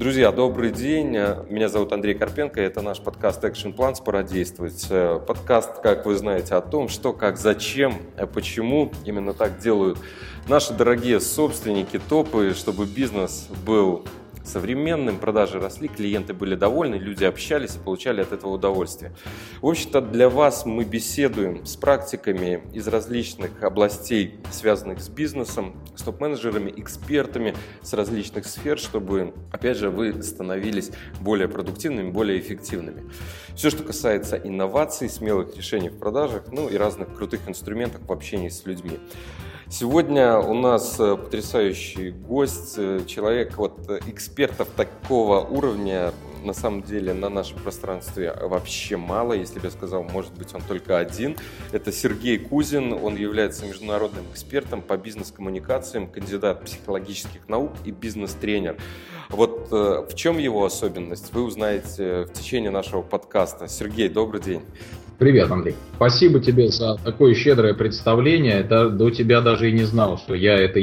Друзья, добрый день. Меня зовут Андрей Карпенко. Это наш подкаст Action Plans «Пора действовать». Подкаст, как вы знаете, о том, что, как, зачем, почему именно так делают наши дорогие собственники, топы, чтобы бизнес был современным, продажи росли, клиенты были довольны, люди общались и получали от этого удовольствие. В общем-то, для вас мы беседуем с практиками из различных областей, связанных с бизнесом, с топ-менеджерами, экспертами с различных сфер, чтобы, опять же, вы становились более продуктивными, более эффективными. Все, что касается инноваций, смелых решений в продажах, и разных крутых инструментов в общении с людьми. Сегодня у нас потрясающий гость, человек, экспертов такого уровня, на самом деле, на нашем пространстве вообще мало, если бы я сказал, может быть, он только один. Это Сергей Кузин, он является международным экспертом по бизнес-коммуникациям, кандидат психологических наук и бизнес-тренер. В чем его особенность, вы узнаете в течение нашего подкаста. Сергей, добрый день. Привет, Андрей. Спасибо тебе за такое щедрое представление. До тебя даже и не знал, что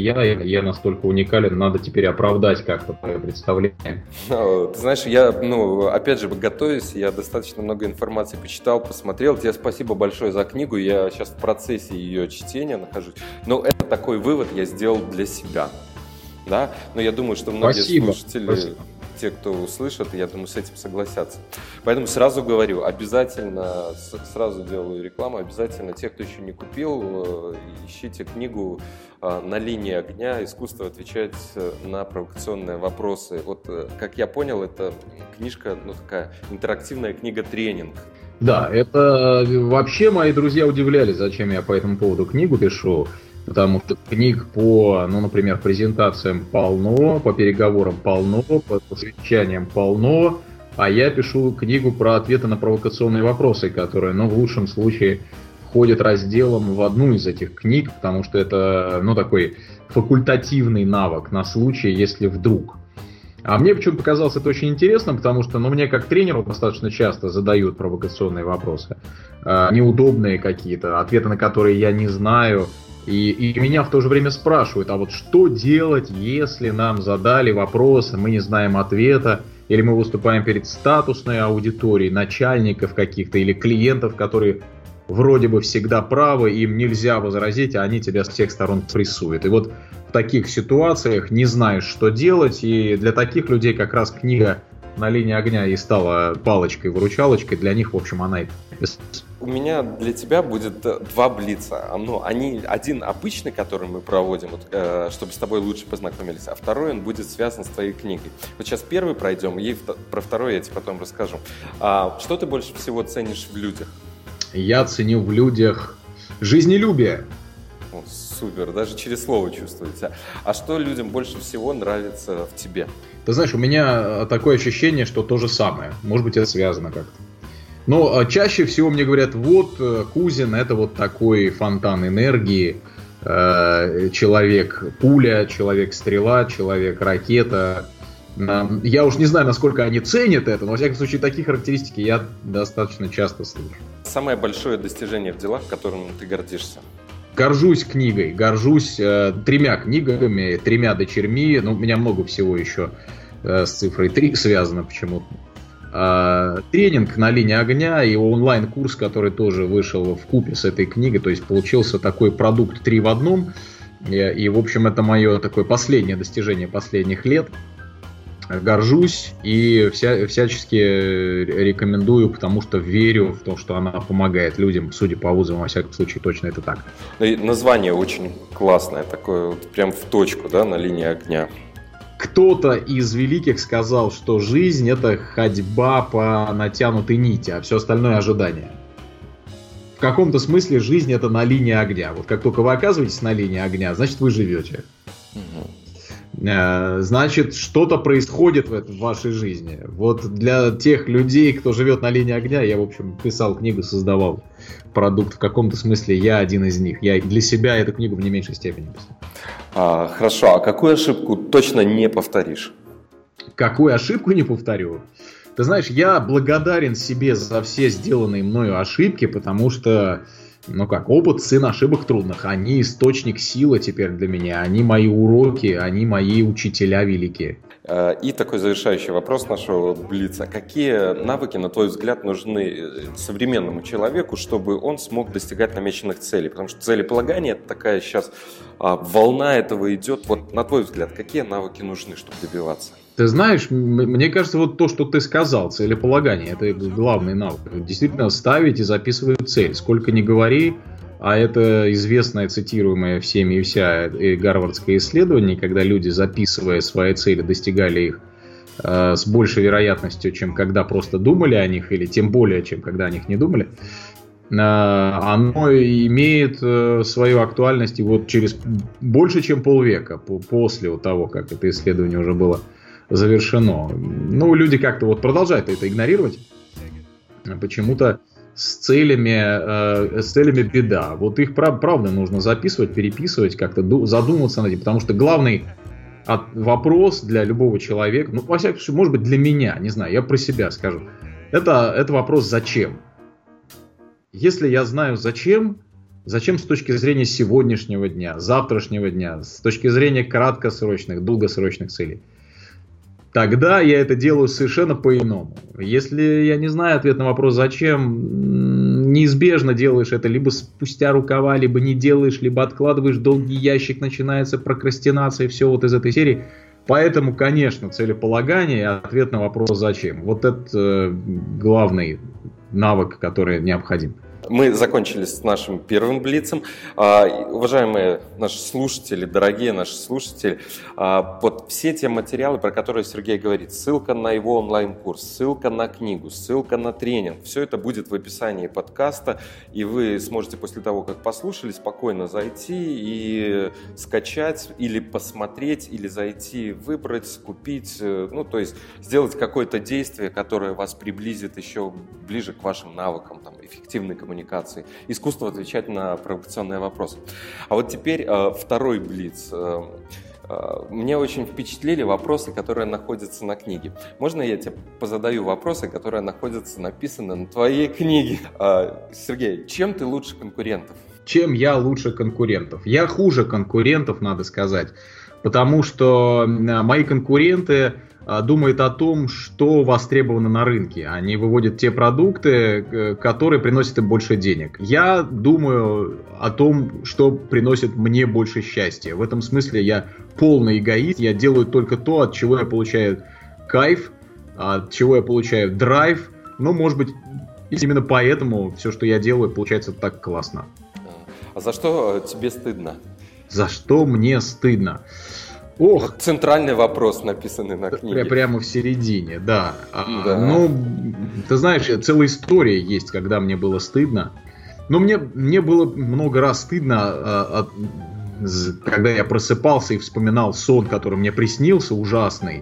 я настолько уникален, надо теперь оправдать как-то твое представление. Ты знаешь, я, опять же, готовясь, я достаточно много информации почитал, посмотрел. Тебе спасибо большое за книгу, я сейчас в процессе ее чтения нахожусь. Но это такой вывод я сделал для себя. Да? Но я думаю, что многие слушатели... Те, кто услышат, я думаю, с этим согласятся. Поэтому сразу говорю, обязательно, сразу делаю рекламу, обязательно те, кто еще не купил, ищите книгу «На линии огня. Искусство отвечать на провокационные вопросы». Как я понял, это книжка, такая интерактивная книга-тренинг. Да, это вообще мои друзья удивлялись, зачем я по этому поводу книгу пишу. Потому что книг по, например, презентациям полно, по переговорам полно, по совещаниям полно, а я пишу книгу про ответы на провокационные вопросы, которые, в лучшем случае, входят разделом в одну из этих книг, потому что это, такой факультативный навык на случай, если вдруг. А мне почему-то показалось это очень интересно, потому что, мне как тренеру достаточно часто задают провокационные вопросы, неудобные какие-то, ответы на которые я не знаю. И меня в то же время спрашивают, что делать, если нам задали вопрос, мы не знаем ответа, или мы выступаем перед статусной аудиторией, начальников каких-то или клиентов, которые вроде бы всегда правы, им нельзя возразить, а они тебя с всех сторон прессуют. И в таких ситуациях не знаешь, что делать, и для таких людей как раз книга «На линии огня» и стала палочкой-выручалочкой, для них, в общем, она и У меня для тебя будет два блица. Один обычный, который мы проводим, чтобы с тобой лучше познакомились, а второй он будет связан с твоей книгой. Сейчас первый пройдем, и про второй я тебе потом расскажу. Что ты больше всего ценишь в людях? Я ценю в людях жизнелюбие. Супер, даже через слово чувствуется. А что людям больше всего нравится в тебе? Ты знаешь, у меня такое ощущение, что то же самое. Может быть, это связано как-то. Но чаще всего мне говорят, Кузин — это такой фонтан энергии, человек-пуля, человек-стрела, человек-ракета. Я уж не знаю, насколько они ценят это, но, во всяком случае, такие характеристики я достаточно часто слышу. Самое большое достижение в делах, которым ты гордишься? Горжусь книгой, горжусь 3 книгами, 3 дочерьми. У меня много всего еще с цифрой 3 связано почему-то. Тренинг «На линии огня» и онлайн-курс, который тоже вышел вкупе с этой книгой. То есть получился такой продукт 3 в одном. И, в общем, это мое такое последнее достижение последних лет. Горжусь и всячески рекомендую, потому что верю в то, что она помогает людям, судя по отзывам, во всяком случае, точно это так. И название очень классное, такое прям в точку, да, «На линии огня». Кто-то из великих сказал, что жизнь — это ходьба по натянутой нити, а все остальное — ожидание. В каком-то смысле жизнь — это на линии огня. Как только вы оказываетесь на линии огня, значит, вы живете. Значит, что-то происходит в вашей жизни. Для тех людей, кто живет на линии огня, я, в общем, писал книгу, создавал продукт. В каком-то смысле я один из них. Я для себя эту книгу в не меньшей степени писал. Хорошо, а какую ошибку точно не повторишь? Какую ошибку не повторю? Ты знаешь, я благодарен себе за все сделанные мною ошибки, потому что опыт сын ошибок трудных. Они источник силы теперь для меня. Они мои уроки, они мои учителя великие. И такой завершающий вопрос нашего блица. Какие навыки, на твой взгляд, нужны современному человеку, чтобы он смог достигать намеченных целей? Потому что целеполагание – это такая сейчас волна этого идет. Вот на твой взгляд, какие навыки нужны, чтобы добиваться? Ты знаешь, мне кажется, вот то, что ты сказал, целеполагание, это главный навык. Действительно, ставить и записывать цель. Сколько ни говори, а это известное, цитируемое всеми и вся гарвардское исследование, когда люди, записывая свои цели, достигали их с большей вероятностью, чем когда просто думали о них, или тем более, чем когда о них не думали, оно имеет свою актуальность и вот через больше, чем полвека после вот того, как это исследование уже было завершено. Ну, люди как-то вот продолжают это игнорировать. Почему-то с целями беда. Вот их правда нужно записывать, переписывать, как-то задумываться над этим, потому что главный вопрос для любого человека, ну, во всяком случае, может быть, для меня, не знаю, я про себя скажу, это вопрос «зачем?». Если я знаю зачем с точки зрения сегодняшнего дня, завтрашнего дня, с точки зрения краткосрочных, долгосрочных целей, тогда я это делаю совершенно по-иному. Если я не знаю ответ на вопрос «зачем?», неизбежно делаешь это либо спустя рукава, либо не делаешь, либо откладываешь в долгий ящик, начинается прокрастинация и все вот из этой серии. Поэтому, конечно, целеполагание и ответ на вопрос «зачем?». Вот это главный навык, который необходим. Мы закончили с нашим первым блицем. Уважаемые наши слушатели, дорогие наши слушатели, вот все те материалы, про которые Сергей говорит, ссылка на его онлайн-курс, ссылка на книгу, ссылка на тренинг, все это будет в описании подкаста, и вы сможете после того, как послушали, спокойно зайти и скачать, или посмотреть, или зайти, выбрать, купить, ну, то есть сделать какое-то действие, которое вас приблизит еще ближе к вашим навыкам, там, эффективной коммуникации. Искусство отвечать на провокационные вопросы. А вот теперь второй блиц. Мне очень впечатлили вопросы, которые находятся на книге. Можно я тебе позадаю вопросы, которые находятся, написаны на твоей книге? Сергей, чем ты лучше конкурентов? Чем я лучше конкурентов? Я хуже конкурентов, надо сказать. Потому что мои конкуренты думают о том, что востребовано на рынке. Они выводят те продукты, которые приносят им больше денег. Я думаю о том, что приносит мне больше счастья. В этом смысле я полный эгоист. Я делаю только то, от чего я получаю кайф, от чего я получаю драйв. Ну, может быть, именно поэтому все, что я делаю, получается так классно. А за что тебе стыдно? За что мне стыдно? Ох, вот центральный вопрос, написанный на книге. Прямо в середине, да. Да. Ну, ты знаешь, целая история есть, когда мне было стыдно. Но мне было много раз стыдно, когда я просыпался и вспоминал сон, который мне приснился, ужасный.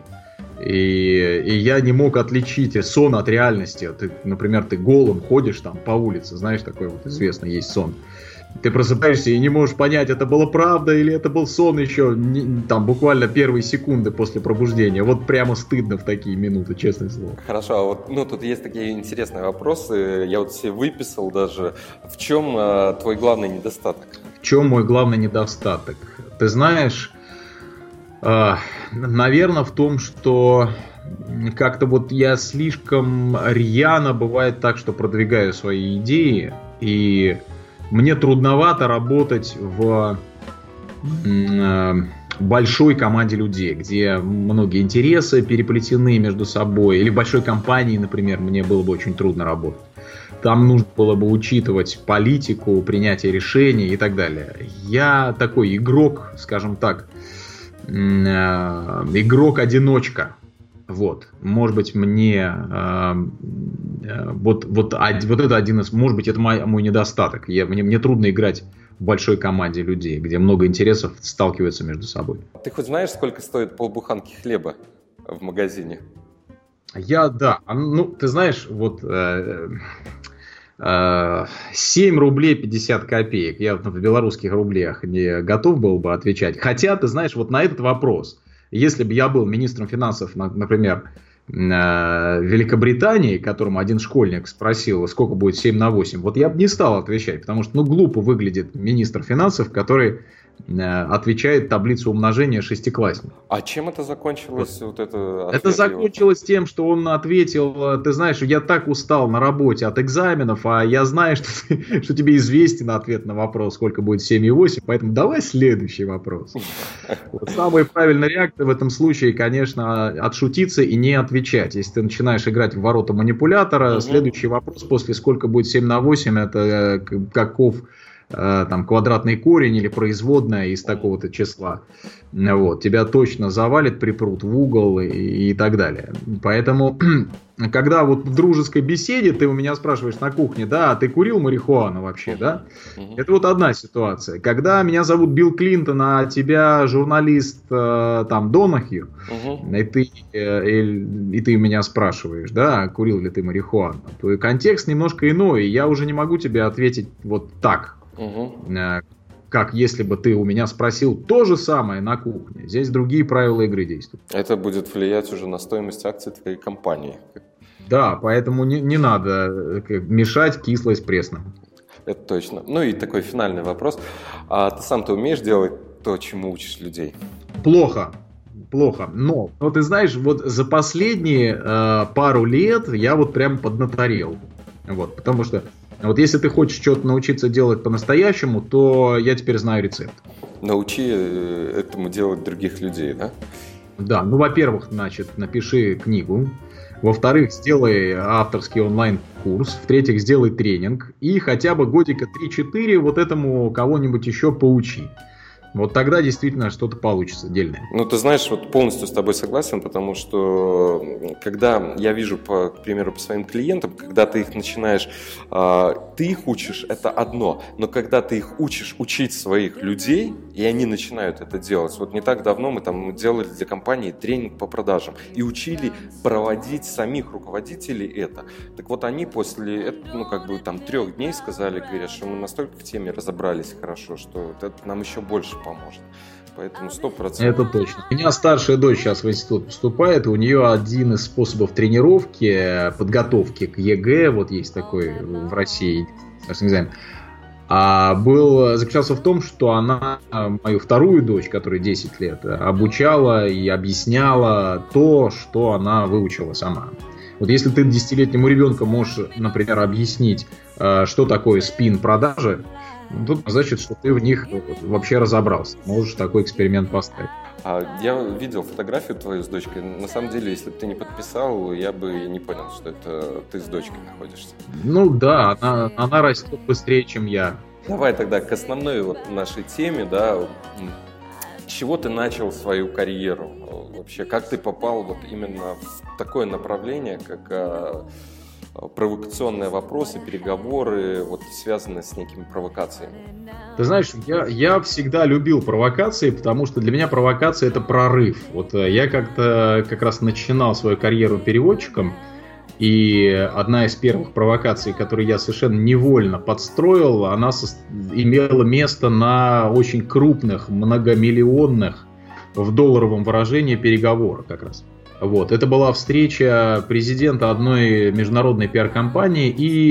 И я не мог отличить сон от реальности. Например, ты голым ходишь там по улице, знаешь, такой вот известный есть сон. Ты просыпаешься и не можешь понять, это было правда или это был сон еще, там, буквально первые секунды после пробуждения. Вот прямо стыдно в такие минуты, честное слово. Хорошо, а вот тут есть такие интересные вопросы. Я вот себе выписал даже. В чем твой главный недостаток? В чем мой главный недостаток? Ты знаешь, наверное, в том, что как-то вот я слишком рьяно, бывает так, что продвигаю свои идеи, и мне трудновато работать в большой команде людей, где многие интересы переплетены между собой. Или в большой компании, например, мне было бы очень трудно работать. Там нужно было бы учитывать политику, принятие решений и так далее. Я такой игрок, скажем так, игрок-одиночка. Вот, может быть, мне вот это один из, может быть, это мой недостаток. Мне трудно играть в большой команде людей, где много интересов сталкиваются между собой. Ты хоть знаешь, сколько стоит полбуханки хлеба в магазине? Да. Ну, ты знаешь, вот 7 рублей 50 копеек. Я в белорусских рублях не готов был бы отвечать. Хотя, ты знаешь, вот на этот вопрос, если бы я был министром финансов, например, Великобритании, которому один школьник спросил, сколько будет 7 на 8, вот я бы не стал отвечать, потому что глупо выглядит министр финансов, который отвечает таблицу умножения шестиклассник. А чем это закончилось? Вот это закончилось тем, что он ответил: ты знаешь, я так устал на работе от экзаменов, а я знаю, что тебе известен ответ на вопрос, сколько будет 7,8, поэтому давай следующий вопрос. Самая правильная реакция в этом случае, конечно, отшутиться и не отвечать. Если ты начинаешь играть в ворота манипулятора, следующий вопрос после сколько будет 7 на 8, это каков там квадратный корень или производная из такого-то числа. Вот. Тебя точно завалит, припрут в угол и так далее. Поэтому, когда вот в дружеской беседе ты у меня спрашиваешь на кухне: да, ты курил марихуану вообще, да? Это вот одна ситуация. Когда меня зовут Билл Клинтон, а тебя журналист там Донахью, и ты меня спрашиваешь, да, курил ли ты марихуану, то и контекст немножко иной, и я уже не могу тебе ответить вот так. Как если бы ты у меня спросил то же самое на кухне. Здесь другие правила игры действуют. Это будет влиять уже на стоимость акций твоей компании. Да, поэтому не надо мешать кислое с пресным. Это точно. Ну и такой финальный вопрос. А ты сам-то умеешь делать то, чему учишь людей? Плохо. Но ты знаешь, вот за последние пару лет я вот прям поднаторел. Вот, потому что вот если ты хочешь что-то научиться делать по-настоящему, то я теперь знаю рецепт. Научи этому делать других людей, да? Да, ну, во-первых, значит, напиши книгу. Во-вторых, сделай авторский онлайн-курс. В-третьих, сделай тренинг. И хотя бы годика 3-4 вот этому кого-нибудь еще поучи. Вот тогда действительно что-то получится дельное. Ну, ты знаешь, вот полностью с тобой согласен, потому что когда я вижу, к примеру, по своим клиентам, когда ты их начинаешь, ты их учишь, это одно, но когда ты их учишь учить своих людей, и они начинают это делать. Вот не так давно мы там делали для компании тренинг по продажам и учили проводить самих руководителей это. Так вот они после, 3 дней сказали, говорят, что мы настолько в теме разобрались хорошо, что это нам еще больше поможет. Поэтому 100%. Это точно. У меня старшая дочь сейчас в институт поступает, и у нее один из способов тренировки, подготовки к ЕГЭ, вот есть такой в России экзамен, заключался в том, что она мою вторую дочь, которой 10 лет, обучала и объясняла то, что она выучила сама. Вот если ты 10-летнему ребенку можешь, например, объяснить, что такое спин-продажи, тут значит, что ты в них вообще разобрался. Можешь такой эксперимент поставить. Я видел фотографию твою с дочкой. На самом деле, если бы ты не подписал, я бы не понял, что это ты с дочкой находишься. Ну да, она растет быстрее, чем я. Давай тогда к основной вот нашей теме, да. С чего ты начал свою карьеру? Вообще, как ты попал вот именно в такое направление, как провокационные вопросы, переговоры, вот связанные с некими провокациями? Ты знаешь, я всегда любил провокации, потому что для меня провокация — это прорыв. Вот я как раз начинал свою карьеру переводчиком, и одна из первых провокаций, которую я совершенно невольно подстроил, она имела место на очень крупных, многомиллионных в долларовом выражении переговорах как раз. Вот. Это была встреча президента одной международной пиар-компании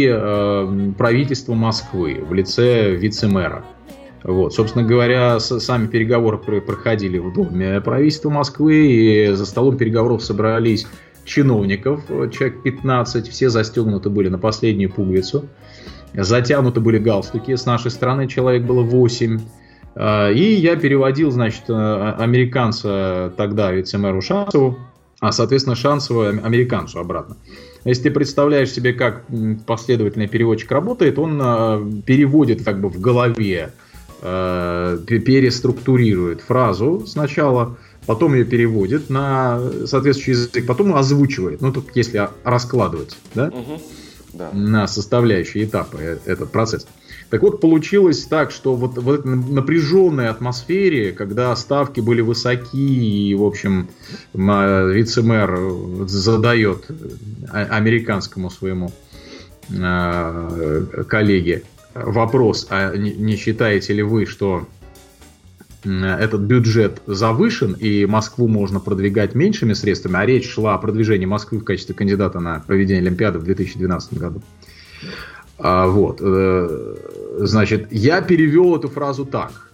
и правительства Москвы в лице вице-мэра. Вот. Собственно говоря, сами переговоры проходили в доме правительства Москвы, и за столом переговоров собрались чиновников, человек 15, все застегнуты были на последнюю пуговицу, затянуты были галстуки, с нашей стороны человек было 8. И я переводил, значит, американца тогда вице-мэру Шансову, а, соответственно, Шансова американцу обратно. Если ты представляешь себе, как последовательный переводчик работает, он переводит как бы в голове, переструктурирует фразу сначала, потом ее переводит на соответствующий язык, потом озвучивает, ну, тут если раскладывать, да? Да. На составляющие этапы этот процесс. Так вот, получилось так, что вот в этой напряженной атмосфере, когда ставки были высоки, и, в общем, вице-мэр задает американскому своему коллеге вопрос: а не считаете ли вы, что этот бюджет завышен, и Москву можно продвигать меньшими средствами, а речь шла о продвижении Москвы в качестве кандидата на проведение Олимпиады в 2012 году. Вот. Значит, я перевел эту фразу так.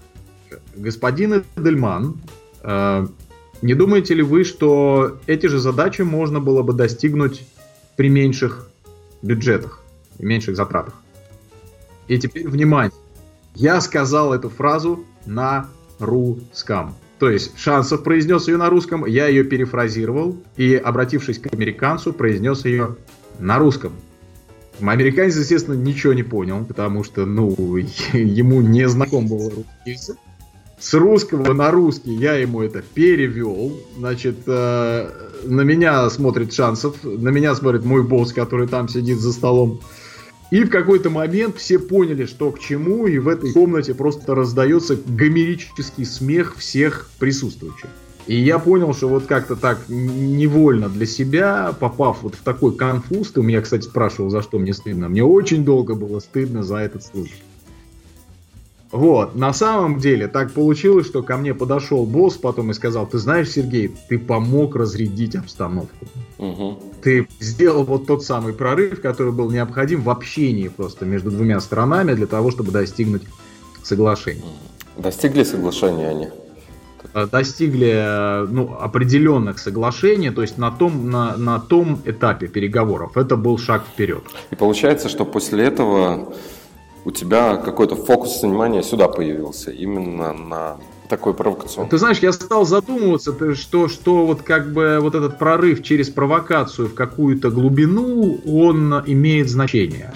господин Эдельман, не думаете ли вы, что эти же задачи можно было бы достигнуть при меньших бюджетах и меньших затратах? И теперь, внимание, я сказал эту фразу на русском. То есть Шансов произнес ее на русском, я ее перефразировал и, обратившись к американцу, произнес ее на русском. Американец, естественно, ничего не понял, потому что, ему не знаком был русский язык. С русского на русский я ему это перевел. Значит, на меня смотрит Шансов, на меня смотрит мой босс, который там сидит за столом. И в какой-то момент все поняли, что к чему, и в этой комнате просто раздается гомерический смех всех присутствующих. И я понял, что вот как-то так невольно для себя, попав вот в такой конфуз, ты у меня, кстати, спрашивал, за что мне стыдно. Мне очень долго было стыдно за этот случай. Вот, на самом деле так получилось, что ко мне подошел босс потом и сказал: ты знаешь, Сергей, ты помог разрядить обстановку. Угу. Ты сделал вот тот самый прорыв, который был необходим в общении просто между двумя странами для того, чтобы достигнуть соглашения. Достигли соглашения они? Достигли определенных соглашений, то есть на том этапе переговоров. Это был шаг вперед. И получается, что после этого у тебя какой-то фокус внимания сюда появился, именно на такой провокационный. Ты знаешь, я стал задумываться, что вот как бы вот этот прорыв через провокацию в какую-то глубину, он имеет значение.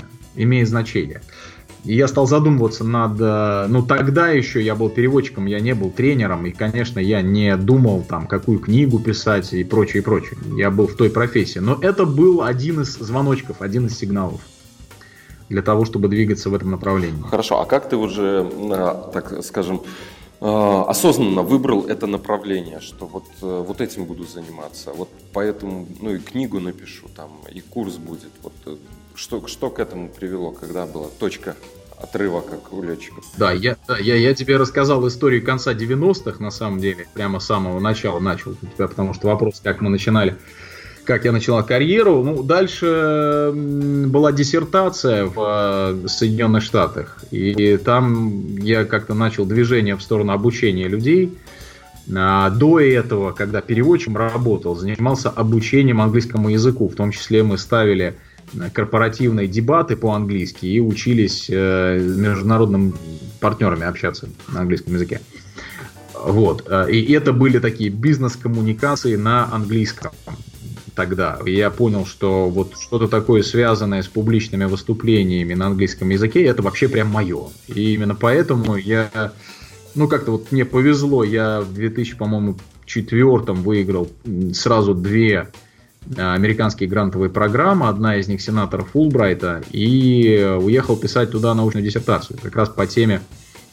И я стал задумываться над... тогда еще я был переводчиком, я не был тренером, и, конечно, я не думал, там, какую книгу писать и прочее. Я был в той профессии. Но это был один из звоночков, один из сигналов для того, чтобы двигаться в этом направлении. Хорошо, а как ты уже, так скажем, осознанно выбрал это направление, что вот этим буду заниматься, вот поэтому, и книгу напишу, там, и курс будет, вот что к этому привело, когда была точка отрыва, как у летчиков? Да, я тебе рассказал историю конца 90-х, на самом деле, прямо с самого начала начал у тебя, потому что вопрос, как я начинал карьеру. Дальше была диссертация в Соединенных Штатах, и там я как-то начал движение в сторону обучения людей. До этого, когда переводчиком работал, занимался обучением английскому языку, в том числе мы ставили корпоративные дебаты по-английски и учились с международными партнерами общаться на английском языке. Вот. И это были такие бизнес-коммуникации на английском. Тогда я понял, что вот что-то такое, связанное с публичными выступлениями на английском языке, это вообще прям мое. И именно поэтому я, как-то вот мне повезло, я в 2004 выиграл сразу 2 американские грантовые программы, одна из них сенатора Фулбрайта, и уехал писать туда научную диссертацию, как раз по теме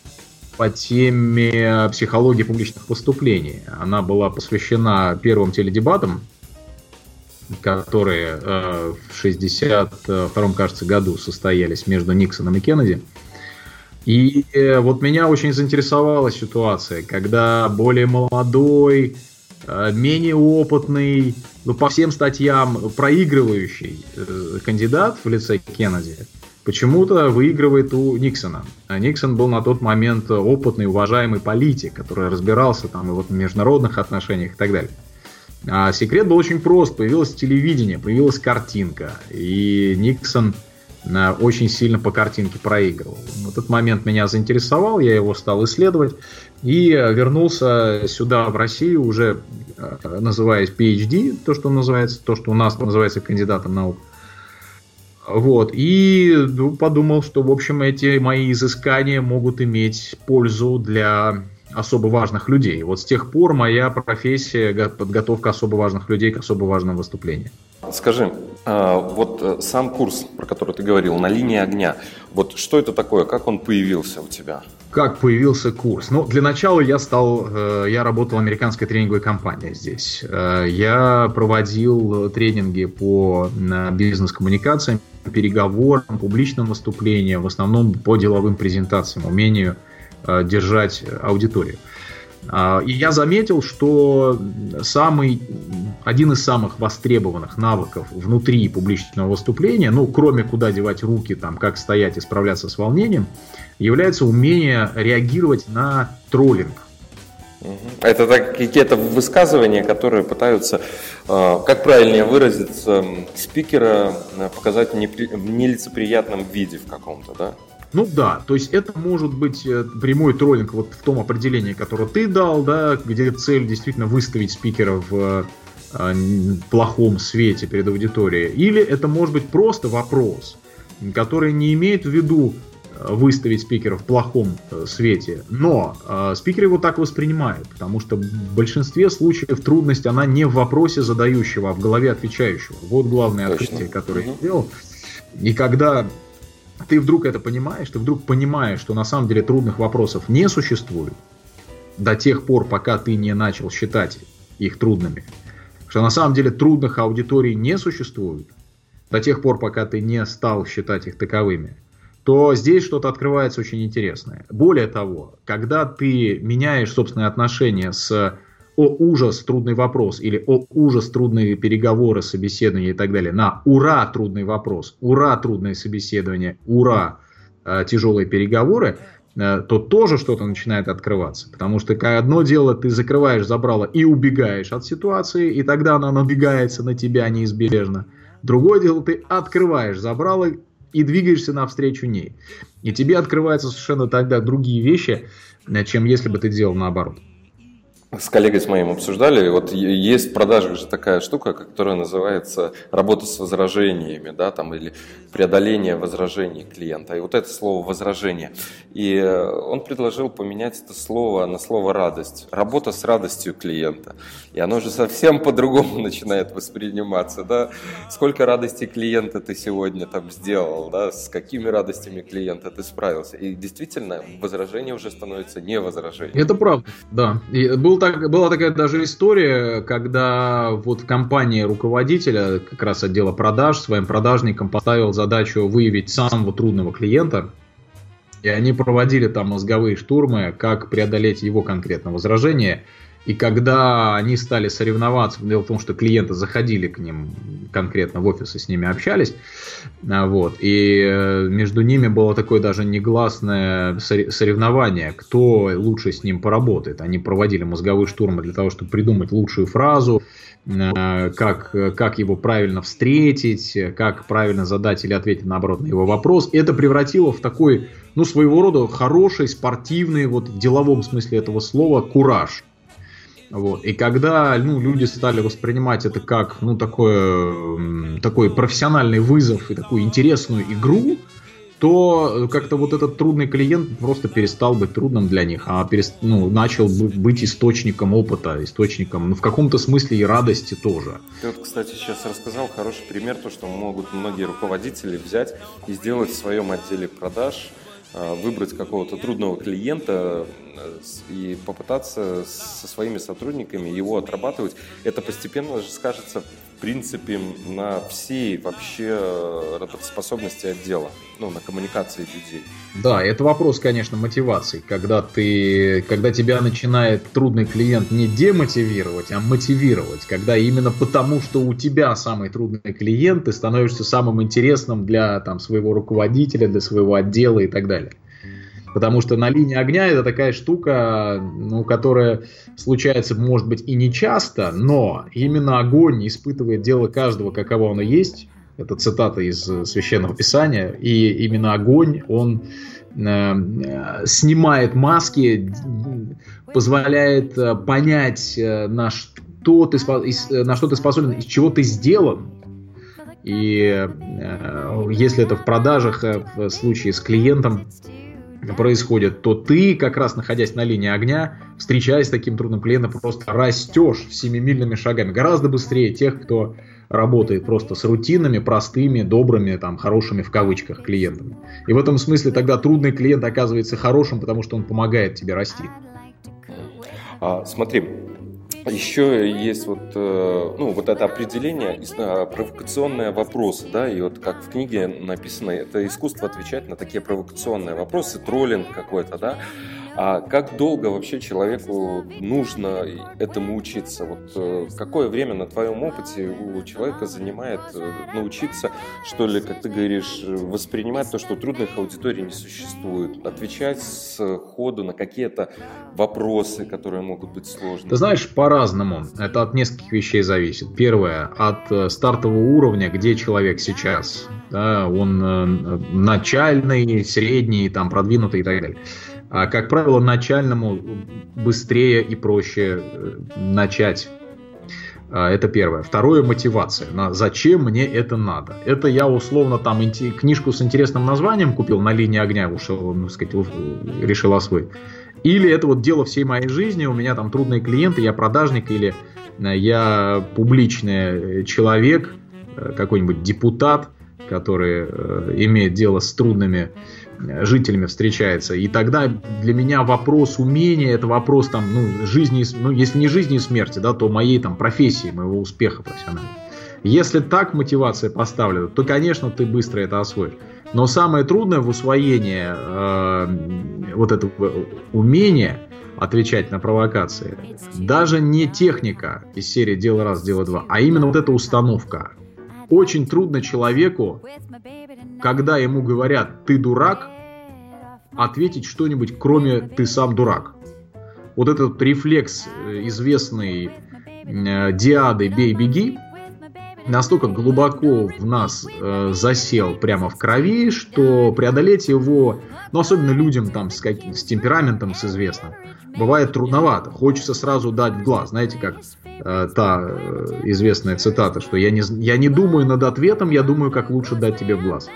психологии публичных выступлений. Она была посвящена первым теледебатам, которые в 1962, кажется, году состоялись между Никсоном и Кеннеди. И вот меня очень заинтересовала ситуация, когда более молодой, менее опытный, по всем статьям проигрывающий кандидат в лице Кеннеди почему-то выигрывает у Никсона. А Никсон был на тот момент опытный, уважаемый политик, который разбирался там и вот в международных отношениях и так далее. А секрет был очень прост. Появилось телевидение, появилась картинка. И Никсон очень сильно по картинке проигрывал. В этот момент меня заинтересовал, я его стал исследовать. И вернулся сюда, в Россию, уже называясь PhD, то, что у нас называется кандидатом наук. Вот. И подумал, что, в общем, эти мои изыскания могут иметь пользу для особо важных людей. Вот с тех пор моя профессия — подготовка особо важных людей к особо важным выступлениям. Скажи, вот сам курс, про который ты говорил, «На линии огня», вот что это такое, как он появился у тебя? Как появился курс? Для начала я работал в американской тренинговой компании здесь. Я проводил тренинги по бизнес-коммуникациям, переговорам, публичным выступлениям, в основном по деловым презентациям, умению держать аудиторию. И я заметил, что один из самых востребованных навыков внутри публичного выступления, ну, кроме куда девать руки, там, как стоять и справляться с волнением, является умение реагировать на троллинг. Это какие-то высказывания, которые пытаются, как правильнее выразиться, спикера показать в нелицеприятном виде в каком-то, да? Ну да, то есть это может быть прямой троллинг вот в том определении, которое ты дал, да, где цель действительно выставить спикера в плохом свете перед аудиторией. Или это может быть просто вопрос, который не имеет в виду выставить спикера в плохом свете, но спикер его так воспринимает, потому что в большинстве случаев трудность, она не в вопросе задающего, а в голове отвечающего. Вот главное открытие, которое я сделал. И когда ты вдруг это понимаешь, ты вдруг понимаешь, что на самом деле трудных вопросов не существует до тех пор, пока ты не начал считать их трудными, что на самом деле трудных аудиторий не существует до тех пор, пока ты не стал считать их таковыми, то здесь что-то открывается очень интересное. Более того, когда ты меняешь собственное отношение с «о ужас, трудный вопрос» или «о ужас, трудные переговоры, собеседования» и так далее, на «ура, трудный вопрос», «ура, трудное собеседование», «ура, тяжелые переговоры», то тоже что-то начинает открываться. Потому что одно дело, ты закрываешь забрало и убегаешь от ситуации, и тогда она набегается на тебя неизбежно. Другое дело, ты открываешь забрало и двигаешься навстречу ней. И тебе открываются совершенно тогда другие вещи, чем если бы ты делал наоборот. С коллегой с моим обсуждали, вот есть в продажах же такая штука, которая называется работа с возражениями, да, там, или преодоление возражений клиента. И вот это слово «возражение». И он предложил поменять это слово на слово «радость». Работа с радостью клиента. И оно же совсем по-другому начинает восприниматься, да. Сколько радости клиента ты сегодня там сделал, да, с какими радостями клиента ты справился. И действительно, возражение уже становится не возражением. Это правда, да. И была такая даже история, когда вот компания руководителя как раз отдела продаж своим продажникам поставил задачу выявить самого трудного клиента, и они проводили там мозговые штурмы, как преодолеть его конкретно возражение. И когда они стали соревноваться, дело в том, что клиенты заходили к ним конкретно в офис и с ними общались, вот, и между ними было такое даже негласное соревнование, кто лучше с ним поработает. Они проводили мозговые штурмы для того, чтобы придумать лучшую фразу, как его правильно встретить, как правильно задать или ответить наоборот на его вопрос. Это превратило в такой, ну, своего рода хороший, спортивный, вот в деловом смысле этого слова, кураж. Вот. И когда люди стали воспринимать это как такой профессиональный вызов и такую интересную игру, то как-то вот этот трудный клиент просто перестал быть трудным для них, а начал быть источником опыта, источником, в каком-то смысле и радости тоже. Ты вот, кстати, сейчас рассказал хороший пример, то, что могут многие руководители взять и сделать в своем отделе продаж, выбрать какого-то трудного клиента и попытаться со своими сотрудниками его отрабатывать. Это постепенно же скажется, в принципе, на всей вообще работоспособности отдела, на коммуникации людей. Да, это вопрос, конечно, мотивации. Когда тебя начинает трудный клиент не демотивировать, а мотивировать. Когда именно потому, что у тебя самый трудный клиент, ты становишься самым интересным для своего руководителя, для своего отдела и так далее. Потому что на линии огня это такая штука, которая случается, может быть, и не часто, но именно огонь испытывает дело каждого, каково оно есть. Это цитата из Священного Писания. И именно огонь, он снимает маски, позволяет понять, на что ты способен, из чего ты сделан. И если это в продажах, в случае с клиентом происходит, то ты, как раз находясь на линии огня, встречаясь с таким трудным клиентом, просто растешь семимильными шагами. Гораздо быстрее тех, кто работает просто с рутинными, простыми, добрыми, хорошими в кавычках клиентами. И в этом смысле тогда трудный клиент оказывается хорошим, потому что он помогает тебе расти. Смотри, еще есть вот это определение, провокационные вопросы, да, и вот как в книге написано, это искусство отвечать на такие провокационные вопросы, троллинг какой-то, да. А как долго вообще человеку нужно этому учиться? Вот какое время на твоем опыте у человека занимает научиться, что ли, как ты говоришь, воспринимать то, что трудных аудиторий не существует, отвечать сходу на какие-то вопросы, которые могут быть сложными? Ты знаешь, по-разному. Это от нескольких вещей зависит. Первое, от стартового уровня, где человек сейчас. Да, он начальный, средний, там, продвинутый и так далее. А, как правило, начальному быстрее и проще начать. Это первое. Второе, мотивация. Зачем мне это надо? Это я условно там книжку с интересным названием купил на линии огня, решил освоить. Или это вот дело всей моей жизни, у меня там трудные клиенты, я продажник, или я публичный человек, какой-нибудь депутат, который имеет дело с трудными жителями, встречается. И тогда для меня вопрос умения, это вопрос там, жизни, если не жизни и смерти, да, то моей там профессии, моего успеха профессионального. Если так мотивация поставлена, то, конечно, ты быстро это освоишь. Но самое трудное в усвоении вот этого умения отвечать на провокации даже не техника из серии «Дело раз, дело два», а именно вот эта установка. Очень трудно человеку, когда ему говорят «ты дурак», ответить что-нибудь, кроме «ты сам дурак». Вот этот рефлекс известный диады «бей, беги» настолько глубоко в нас засел прямо в крови, что преодолеть его, особенно людям там, с темпераментом, с известным, бывает трудновато. Хочется сразу дать в глаз. Знаете, как та известная цитата, что я не думаю над ответом, я думаю, как лучше дать тебе в глаз.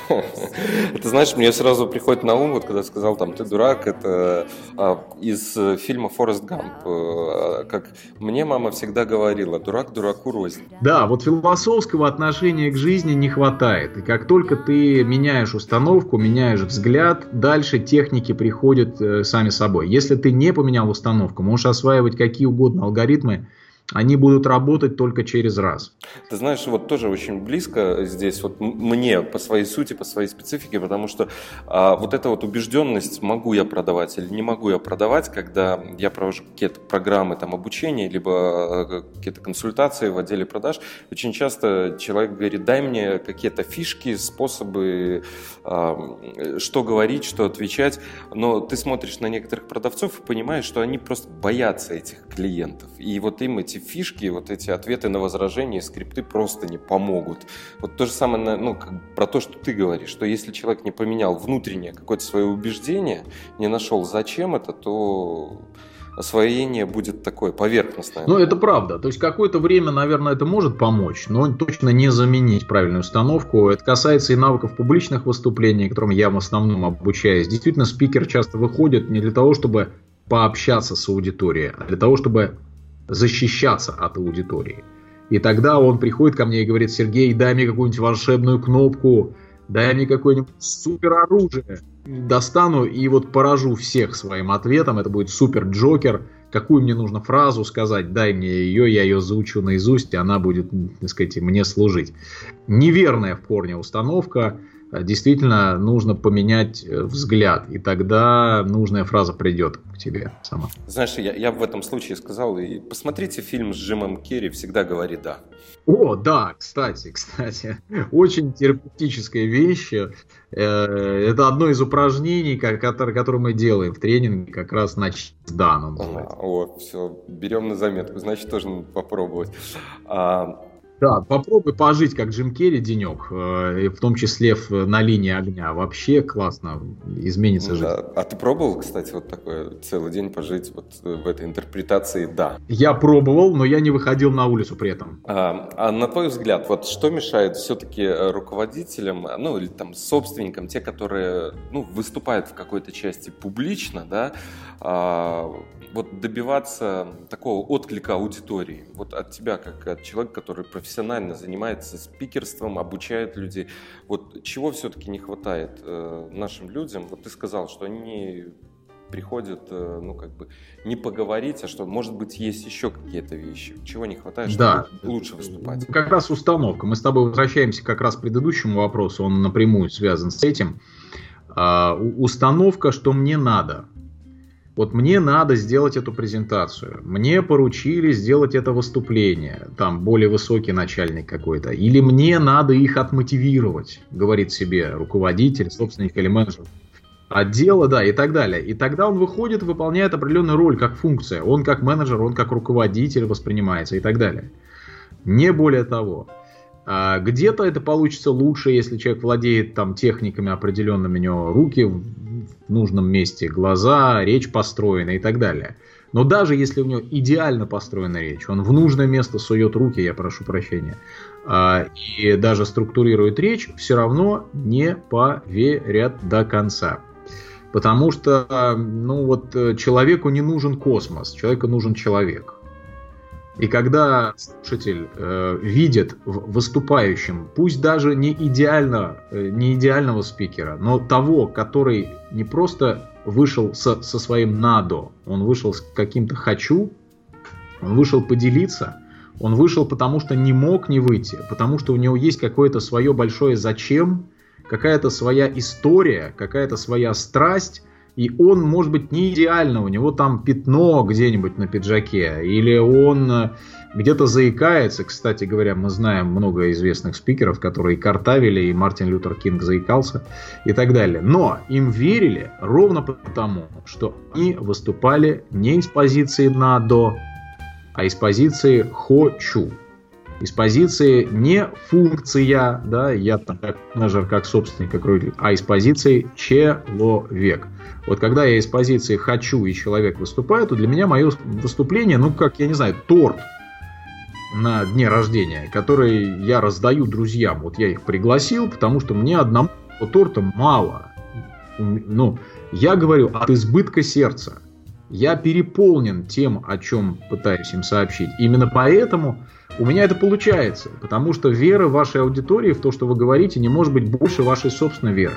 Ты знаешь, мне сразу приходит на ум, вот когда сказал, там, ты дурак, это из фильма «Форест Гамп». Как мне мама всегда говорила, дурак дураку рознь. Да, вот философского отношения к жизни не хватает. И как только ты меняешь установку, меняешь взгляд, дальше техники приходят сами собой. Если ты не поменял установку, можешь осваивать какие угодно алгоритмы, они будут работать только через раз. Ты знаешь, вот тоже очень близко здесь вот мне по своей сути, по своей специфике, потому что вот эта вот убежденность, могу я продавать или не могу я продавать, когда я провожу какие-то программы там, обучения, либо какие-то консультации в отделе продаж, очень часто человек говорит, дай мне какие-то фишки, способы, что говорить, что отвечать, но ты смотришь на некоторых продавцов и понимаешь, что они просто боятся этих клиентов, и вот им эти фишки, вот эти ответы на возражения, скрипты просто не помогут. Вот то же самое, про то, что ты говоришь, что если человек не поменял внутреннее какое-то свое убеждение, не нашел зачем это, то освоение будет такое поверхностное. Это правда. То есть какое-то время, наверное, это может помочь, но точно не заменить правильную установку. Это касается и навыков публичных выступлений, которым я в основном обучаюсь. Действительно, спикер часто выходит не для того, чтобы пообщаться с аудиторией, а для того, чтобы защищаться от аудитории. И тогда он приходит ко мне и говорит, Сергей, дай мне какую-нибудь волшебную кнопку, дай мне какое-нибудь супероружие. Достану и вот поражу всех своим ответом. Это будет супер Джокер. Какую мне нужно фразу сказать, дай мне ее, я ее заучу наизусть, и она будет, так сказать, мне служить. Неверная в корне установка. Действительно нужно поменять взгляд, и тогда нужная фраза придет к тебе сама. Знаешь, я в этом случае сказал, и посмотрите фильм с Джимом Керри «Всегда говори да». О, да, кстати, очень терапевтическая вещь. Это одно из упражнений, которое мы делаем в тренинге, как раз «Начни с да». Все, берем на заметку, значит, тоже надо попробовать. Да, попробуй пожить, как Джим Керри, денек, в том числе на линии огня. Вообще классно, изменится жизнь. Да. А ты пробовал, кстати, вот такой целый день пожить вот в этой интерпретации «да»? Я пробовал, но я не выходил на улицу при этом. А на твой взгляд, вот что мешает все-таки руководителям, или там собственникам, те, которые выступают в какой-то части публично, да, вот добиваться такого отклика аудитории? Вот от тебя, как от человека, который профессионально занимается спикерством, обучает людей, вот чего все-таки не хватает нашим людям? Вот ты сказал, что они приходят, не поговорить, а что, может быть, есть еще какие-то вещи. Чего не хватает, чтобы лучше выступать? Как раз установка. Мы с тобой возвращаемся как раз к предыдущему вопросу, он напрямую связан с этим. Установка, что мне надо. Вот мне надо сделать эту презентацию, мне поручили сделать это выступление, там более высокий начальник какой-то, или мне надо их отмотивировать, говорит себе руководитель, собственник или менеджер отдела, да, и так далее. И тогда он выходит, выполняет определенную роль как функция, он как менеджер, он как руководитель воспринимается и так далее. Не более того. Где-то это получится лучше, если человек владеет там техниками определенными, у него руки в нужном месте, глаза, речь построена и так далее. Но даже если у него идеально построена речь, он в нужное место сует руки, я прошу прощения, и даже структурирует речь, все равно не поверят до конца. Потому что человеку не нужен космос, человеку нужен человек. И когда слушатель видит в выступающем, пусть даже не идеального спикера, но того, который не просто вышел со своим надо, он вышел с каким-то хочу, он вышел поделиться, он вышел потому, что не мог не выйти, потому что у него есть какое-то свое большое зачем, какая-то своя история, какая-то своя страсть, и он, может быть, не идеально, у него там пятно где-нибудь на пиджаке, или он где-то заикается. Кстати говоря, мы знаем много известных спикеров, которые картавили, и Мартин Лютер Кинг заикался, и так далее. Но им верили ровно потому, что они выступали не из позиции «надо», а из позиции «хочу». Из позиции не функция, да, я там как менеджер, как собственник, как руководитель, а из позиции человек. Вот когда я из позиции «хочу» и «человек» выступаю, то для меня мое выступление, торт на дне рождения, который я раздаю друзьям. Вот я их пригласил, потому что мне одному торта мало. Я говорю от избытка сердца. Я переполнен тем, о чем пытаюсь им сообщить. Именно поэтому у меня это получается. Потому что вера вашей аудитории в то, что вы говорите, не может быть больше вашей собственной веры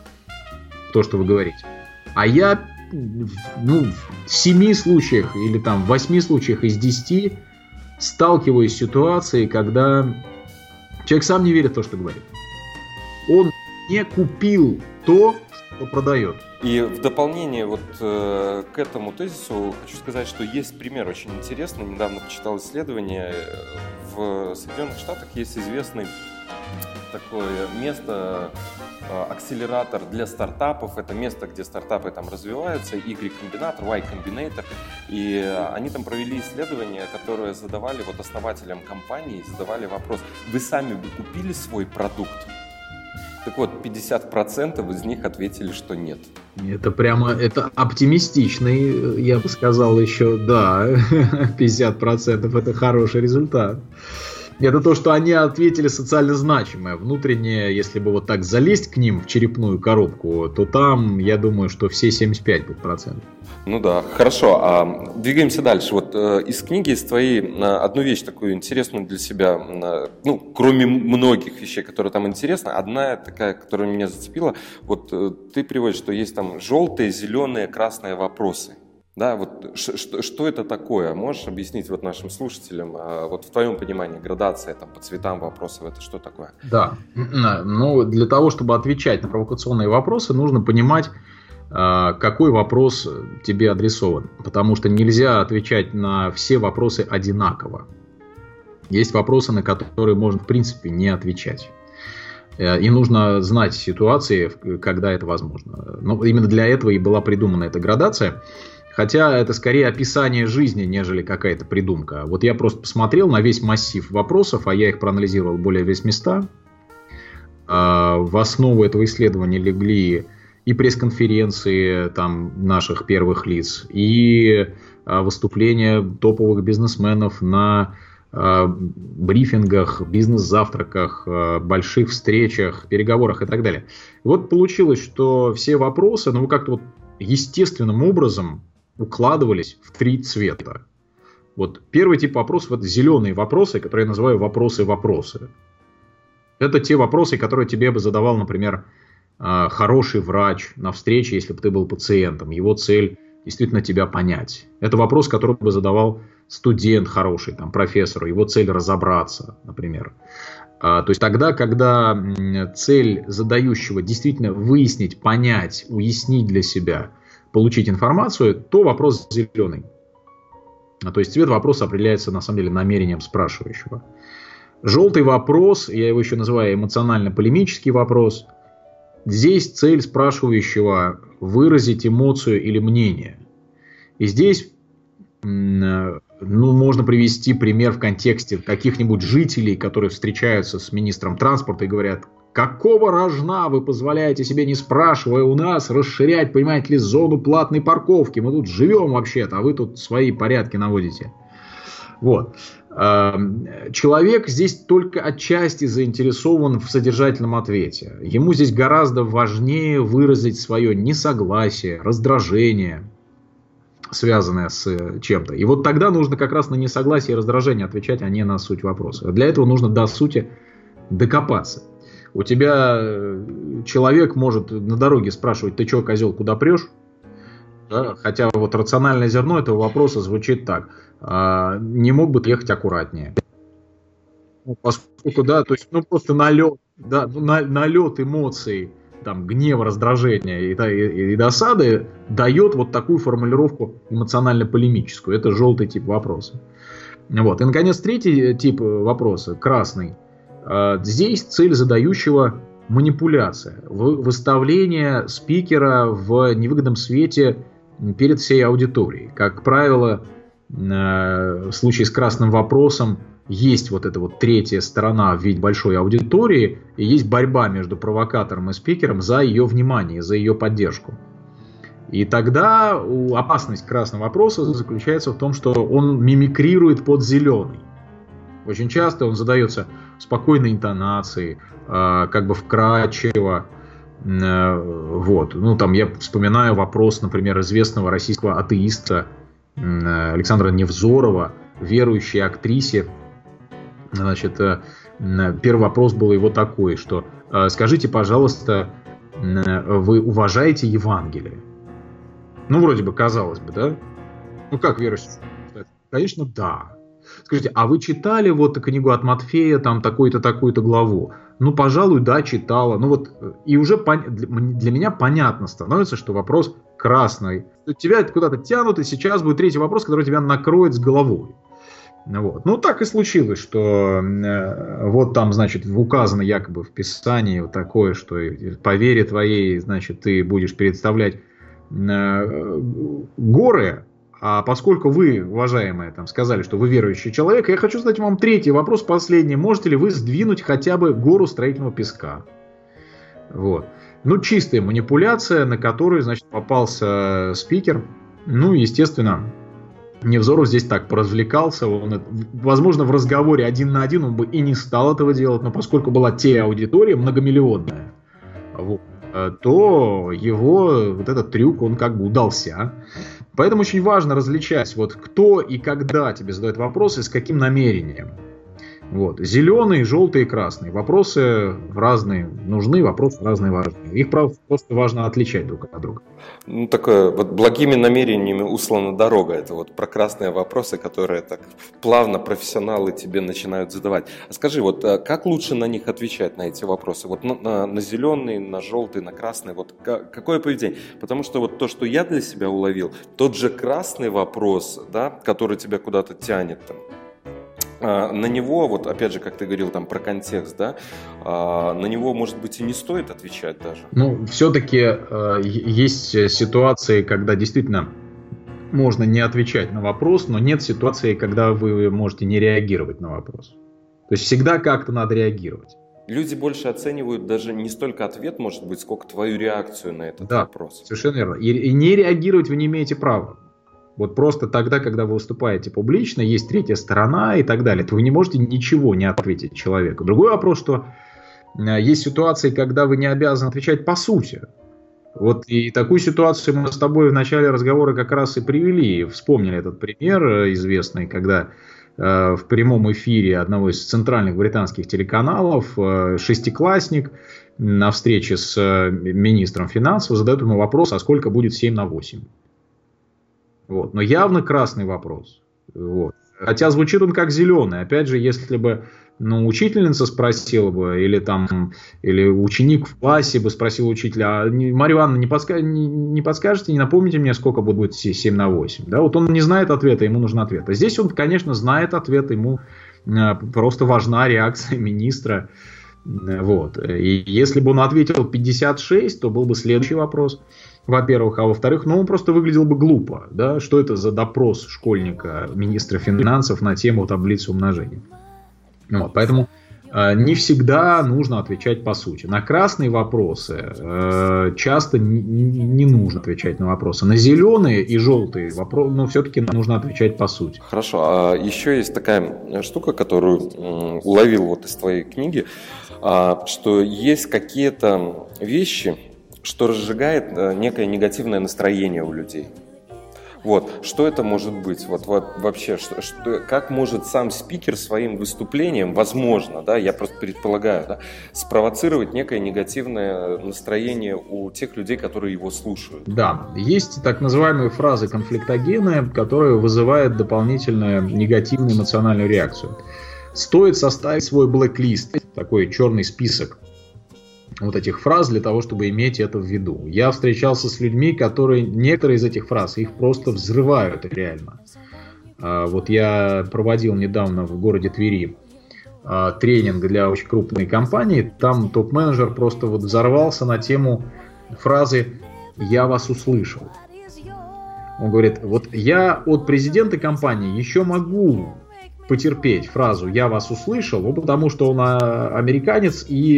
в то, что вы говорите. А я в 7 случаях или там в 8 случаях из 10 сталкиваюсь с ситуацией, когда человек сам не верит в то, что говорит. Он не купил то, что продает. И в дополнение к этому тезису хочу сказать, что есть пример очень интересный. Недавно почитал исследование. В Соединенных Штатах есть известный такое место, акселератор для стартапов. Это место, где стартапы там развиваются, Y-комбинатор, Y-комбинатор. И они там провели исследование, которое задавали основателям компании, задавали вопрос: вы сами бы купили свой продукт? Так вот, 50% из них ответили, что нет. Это оптимистичный, я бы сказал еще, да, 50% это хороший результат. Это то, что они ответили социально значимое. Внутреннее, если бы вот так залезть к ним в черепную коробку, то там, я думаю, что все 75%. Ну да, хорошо. Двигаемся дальше. Вот из книги, из твоей, одну вещь такую интересную для себя, кроме многих вещей, которые там интересны, одна такая, которая меня зацепила, ты приводишь, что есть там желтые, зеленые, красные вопросы. Да, что это такое? Можешь объяснить нашим слушателям, в твоем понимании, градация по цветам вопросов, это что такое? Да, для того, чтобы отвечать на провокационные вопросы, нужно понимать, какой вопрос тебе адресован. Потому что нельзя отвечать на все вопросы одинаково. Есть вопросы, на которые можно, в принципе, не отвечать. И нужно знать ситуации, когда это возможно. Именно для этого и была придумана эта градация. Хотя это скорее описание жизни, нежели какая-то придумка. Вот я просто посмотрел на весь массив вопросов, а я их проанализировал более 800. В основу этого исследования легли и пресс-конференции наших первых лиц, и выступления топовых бизнесменов на брифингах, бизнес-завтраках, больших встречах, переговорах и так далее. Вот получилось, что все вопросы, как-то естественным образом укладывались в 3 цвета. Первый тип вопросов — это зеленые вопросы, которые я называю вопросы-вопросы. Это те вопросы, которые тебе бы задавал, например, хороший врач на встрече, если бы ты был пациентом. Его цель действительно тебя понять. Это вопрос, который бы задавал студент хороший, профессору. Его цель разобраться, например. То есть тогда, когда цель задающего действительно выяснить, понять, уяснить для себя, получить информацию, то вопрос зеленый. То есть цвет вопроса определяется на самом деле намерением спрашивающего. Желтый вопрос, я его еще называю эмоционально-полемический вопрос. Здесь цель спрашивающего выразить эмоцию или мнение. И здесь можно привести пример в контексте каких-нибудь жителей, которые встречаются с министром транспорта и говорят: какого рожна вы позволяете себе, не спрашивая у нас, расширять, понимаете ли, зону платной парковки? Мы тут живем вообще-то, а вы тут свои порядки наводите. Вот. Человек здесь только отчасти заинтересован в содержательном ответе. Ему здесь гораздо важнее выразить свое несогласие, раздражение, связанное с чем-то. И вот тогда нужно как раз на несогласие и раздражение отвечать, а не на суть вопроса. Для этого нужно до сути докопаться. У тебя человек может на дороге спрашивать: ты что, козел, куда прешь? Да? Хотя вот рациональное зерно этого вопроса звучит так: не мог бы ты ехать аккуратнее? Поскольку, да, то есть, просто налет, да, налет эмоций, там, гнева, раздражения и досады дает вот такую формулировку эмоционально-полемическую. Это желтый тип вопроса. Вот. И, наконец, третий тип вопроса, красный. Здесь цель задающего манипуляция, выставление спикера в невыгодном свете перед всей аудиторией. Как правило, в случае с красным вопросом есть вот эта вот третья сторона в виде большой аудитории, и есть борьба между провокатором и спикером за ее внимание, за ее поддержку. И тогда опасность красного вопроса заключается в том, что он мимикрирует под зеленый. Очень часто он задается спокойной интонацией, как бы вкрадчиво. Вот. Я вспоминаю вопрос, например, известного российского атеиста Александра Невзорова, верующей актрисе. Значит, первый вопрос был его такой, что: скажите, пожалуйста, вы уважаете Евангелие? Вроде бы, казалось бы, да? Как верующий? Конечно, да. Скажите, а вы читали вот книгу от Матфея, там такую-то, такую-то главу? Пожалуй, да, читала. И уже для меня понятно становится, что вопрос красный. Тебя куда-то тянут, и сейчас будет третий вопрос, который тебя накроет с головой. Вот. Так и случилось, что вот там, значит, указано якобы в Писании вот такое, что по вере твоей, значит, ты будешь представлять горы. А поскольку вы, уважаемые, там, сказали, что вы верующий человек, я хочу задать вам третий вопрос, последний. Можете ли вы сдвинуть хотя бы гору строительного песка? Вот. Чистая манипуляция, на которую, значит, попался спикер. Естественно, Невзоров здесь так поразвлекался. Возможно, в разговоре один на один он бы и не стал этого делать, но поскольку была аудитория многомиллионная, вот, то его вот этот трюк, он как бы удался. Поэтому очень важно различать, вот кто и когда тебе задает вопросы, с каким намерением. Вот. Зеленый, желтый и красный. Вопросы разные нужны, вопросы разные важны. Их просто важно отличать друг от друга. Такое вот благими намерениями услана дорога. Это вот про красные вопросы, которые так плавно профессионалы тебе начинают задавать. А скажи, вот как лучше на них отвечать, на эти вопросы? Вот на зеленый, на желтый, на красный. Вот какое поведение? Потому что вот то, что я для себя уловил, тот же красный вопрос, да, который тебя куда-то тянет там. На него, вот опять же, как ты говорил там про контекст, да, на него, может быть, и не стоит отвечать даже. Все-таки есть ситуации, когда действительно можно не отвечать на вопрос, но нет ситуации, когда вы можете не реагировать на вопрос. То есть всегда как-то надо реагировать. Люди больше оценивают даже не столько ответ, может быть, сколько твою реакцию на этот вопрос. Совершенно верно. И не реагировать вы не имеете права. Вот просто тогда, когда вы выступаете публично, есть третья сторона и так далее, то вы не можете ничего не ответить человеку. Другой вопрос, что есть ситуации, когда вы не обязаны отвечать по сути. Вот и такую ситуацию мы с тобой в начале разговора как раз и привели. Вспомнили этот пример известный, когда в прямом эфире одного из центральных британских телеканалов шестиклассник на встрече с министром финансов задает ему вопрос: а сколько будет 7 на 8? Вот. Но явно красный вопрос. Вот. Хотя звучит он как зеленый. Опять же, если бы учительница спросила бы, или ученик в классе бы спросил учителя: а Марья Ивановна, не подскажете, не напомните мне, сколько будет 7 на 8? Да, вот он не знает ответа, ему нужен ответ. А здесь он, конечно, знает ответ, ему просто важна реакция министра. Вот. И если бы он ответил 56, то был бы следующий вопрос, во-первых. А во-вторых, он просто выглядел бы глупо. Да? Что это за допрос школьника, министра финансов на тему таблицы умножения? Вот. Поэтому не всегда нужно отвечать по сути. На красные вопросы часто не нужно отвечать на вопросы. На зеленые и желтые вопросы, все-таки нужно отвечать по сути. Хорошо. А еще есть такая штука, которую уловил вот из твоей книги, что есть какие-то вещи, что разжигает некое негативное настроение у людей. Вот, что это может быть? Вот вообще, как может сам спикер своим выступлением, возможно, да, я просто предполагаю, да, спровоцировать некое негативное настроение у тех людей, которые его слушают? Да, есть так называемые фразы конфликтогенные, которые вызывают дополнительную негативную эмоциональную реакцию. Стоит составить свой блэк-лист, такой черный список вот этих фраз для того, чтобы иметь это в виду. Я встречался с людьми, некоторые из этих фраз, их просто взрывают реально. Вот я проводил недавно в городе Твери тренинг для очень крупной компании. Там топ-менеджер просто взорвался на тему фразы «Я вас услышал». Он говорит: вот я от президента компании еще могу потерпеть фразу «я вас услышал», потому что он американец, и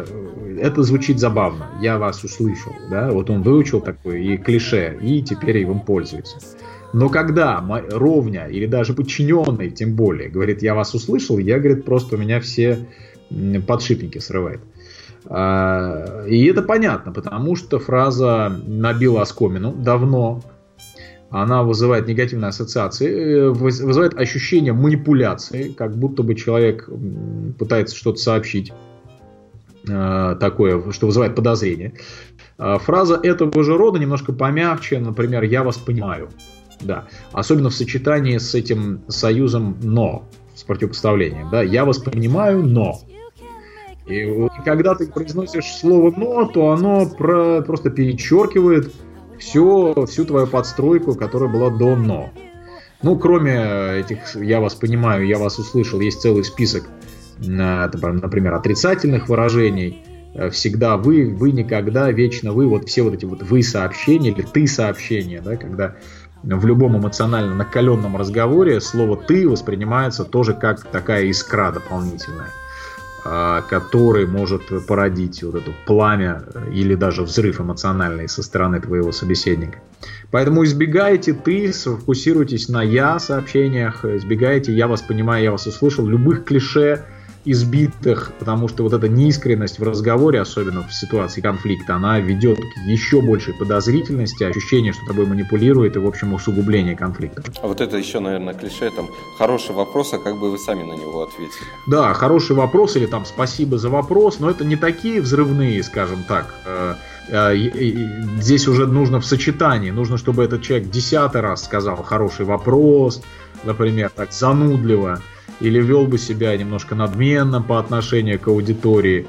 это звучит забавно. «Я вас услышал». Да? Вот он выучил такое и клише, и теперь им пользуется. Но когда ровня или даже подчиненный, тем более, говорит «я вас услышал», говорит, просто у меня все подшипники срывает. И это понятно, потому что фраза набила оскомину давно. Она вызывает негативные ассоциации, вызывает ощущение манипуляции, как будто бы человек пытается что-то сообщить такое, что вызывает подозрение. Фраза этого же рода немножко помягче, например, «я вас понимаю». Да. Особенно в сочетании с этим союзом «но», с противопоставлением. Да? «Я вас понимаю, но». И когда ты произносишь слово «но», то оно просто перечеркивает всю твою подстройку, которая была до «но». Кроме этих «я вас понимаю», «я вас услышал», есть целый список, например, отрицательных выражений. Всегда вы, никогда, вечно вы. Вот все вот эти вот «вы» сообщения или «ты» сообщения, да, когда в любом эмоционально накаленном разговоре слово «ты» воспринимается тоже как такая искра дополнительная, который может породить вот это пламя или даже взрыв эмоциональный со стороны твоего собеседника. Поэтому избегайте «ты», сфокусируйтесь на «я» сообщениях, избегайте «я вас понимаю», «я вас услышал», любых клише избитых, потому что вот эта неискренность в разговоре, особенно в ситуации конфликта, она ведет к еще большей подозрительности, ощущение, что тобой манипулирует и, в общем, усугубление конфликта. А вот это еще, наверное, клише, хороший вопрос, а как бы вы сами на него ответили? Да, хороший вопрос или спасибо за вопрос, но это не такие взрывные, скажем так. Здесь уже нужно в сочетании, нужно, чтобы этот человек 10-й раз сказал хороший вопрос, например, так занудливо, или вел бы себя немножко надменно по отношению к аудитории,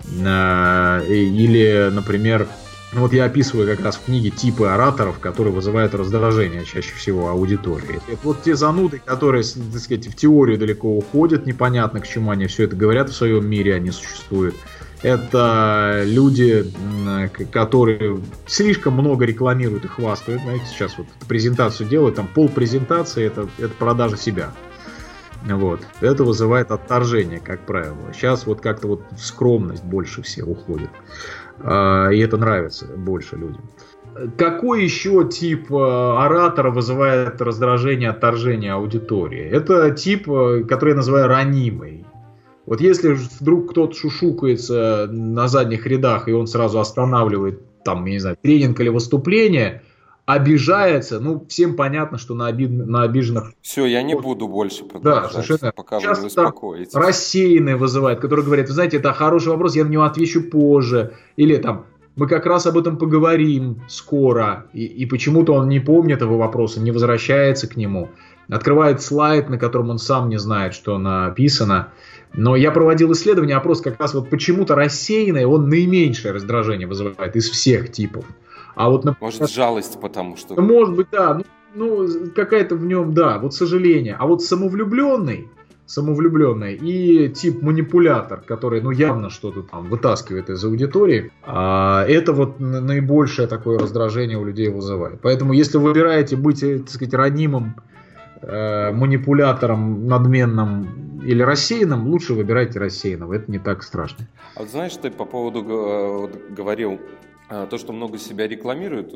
или, например, вот я описываю как раз в книге типы ораторов, которые вызывают раздражение чаще всего аудитории. Вот те зануды, которые, так сказать, в теорию далеко уходят, непонятно к чему они все это говорят, в своем мире они существуют. Это люди, которые слишком много рекламируют и хвастают. Знаете, сейчас вот презентацию делают, полпрезентации это продажа себя. Вот. Это вызывает отторжение, как правило. Сейчас вот как-то скромность больше всех уходит. И это нравится больше людям. Какой еще тип оратора вызывает раздражение, отторжение аудитории? Это тип, который я называю ранимый. Вот если вдруг кто-то шушукается на задних рядах, и он сразу останавливает тренинг или выступление, обижается, всем понятно, что на обиженных... Все, я не буду больше продолжать, пока вы не успокоитесь. Рассеянные вызывают, которые говорят: вы знаете, это хороший вопрос, я на него отвечу позже. Или мы как раз об этом поговорим скоро, и почему-то он не помнит его вопроса, не возвращается к нему. открывает слайд, на котором он сам не знает, что написано. Но я проводил исследование, опрос как раз вот почему-то рассеянный, он наименьшее раздражение вызывает из всех типов. А вот, например, может, жалость потому что... Может быть, да. Ну, какая-то в нем, да, вот сожаление. А вот самовлюбленный и тип манипулятор, который, ну, явно что-то там вытаскивает из аудитории, это вот наибольшее такое раздражение у людей вызывает. Поэтому, если вы выбираете быть, так сказать, ранимым манипулятором, надменным или рассеянным, лучше выбирайте рассеянного. Это не так страшно. А вот знаешь, ты по поводу говорил, то, что много себя рекламирует,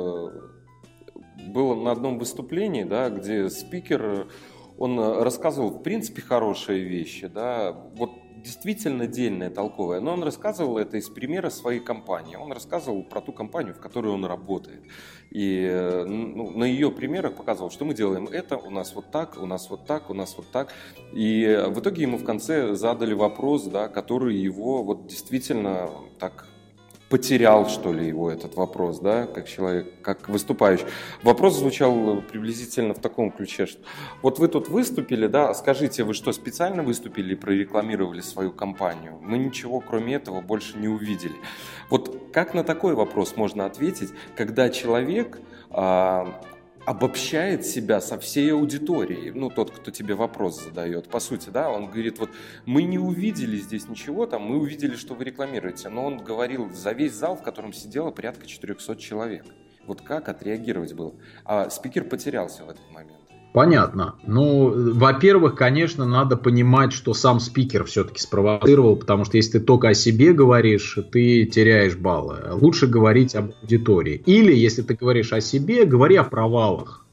было на одном выступлении, да, где спикер, он рассказывал, в принципе, хорошие вещи, да, вот действительно дельное, толковое, но он рассказывал это из примера своей компании, он рассказывал про ту компанию, в которой он работает, и на ее примерах показывал, что мы делаем это, у нас вот так, у нас вот так, у нас вот так, и в итоге ему в конце задали вопрос, да, который его вот действительно так... потерял, что ли, его этот вопрос, да, как человек, как выступающий. Вопрос звучал приблизительно в таком ключе, что вот вы тут выступили, да, скажите, вы что, специально выступили и прорекламировали свою компанию? Мы ничего, кроме этого, больше не увидели. Вот как на такой вопрос можно ответить, когда человек обобщает себя со всей аудиторией, ну, тот, кто тебе вопрос задает, по сути, да, он говорит, вот, мы не увидели здесь ничего, там, мы увидели, что вы рекламируете, но он говорил за весь зал, в котором сидело порядка 400 человек. Вот как отреагировать было? А спикер потерялся в этот момент. Понятно. Ну, во-первых, конечно, надо понимать, что сам спикер все-таки спровоцировал, потому что если ты только о себе говоришь, ты теряешь баллы. Лучше говорить об аудитории. Или, если ты говоришь о себе, говори о провалах.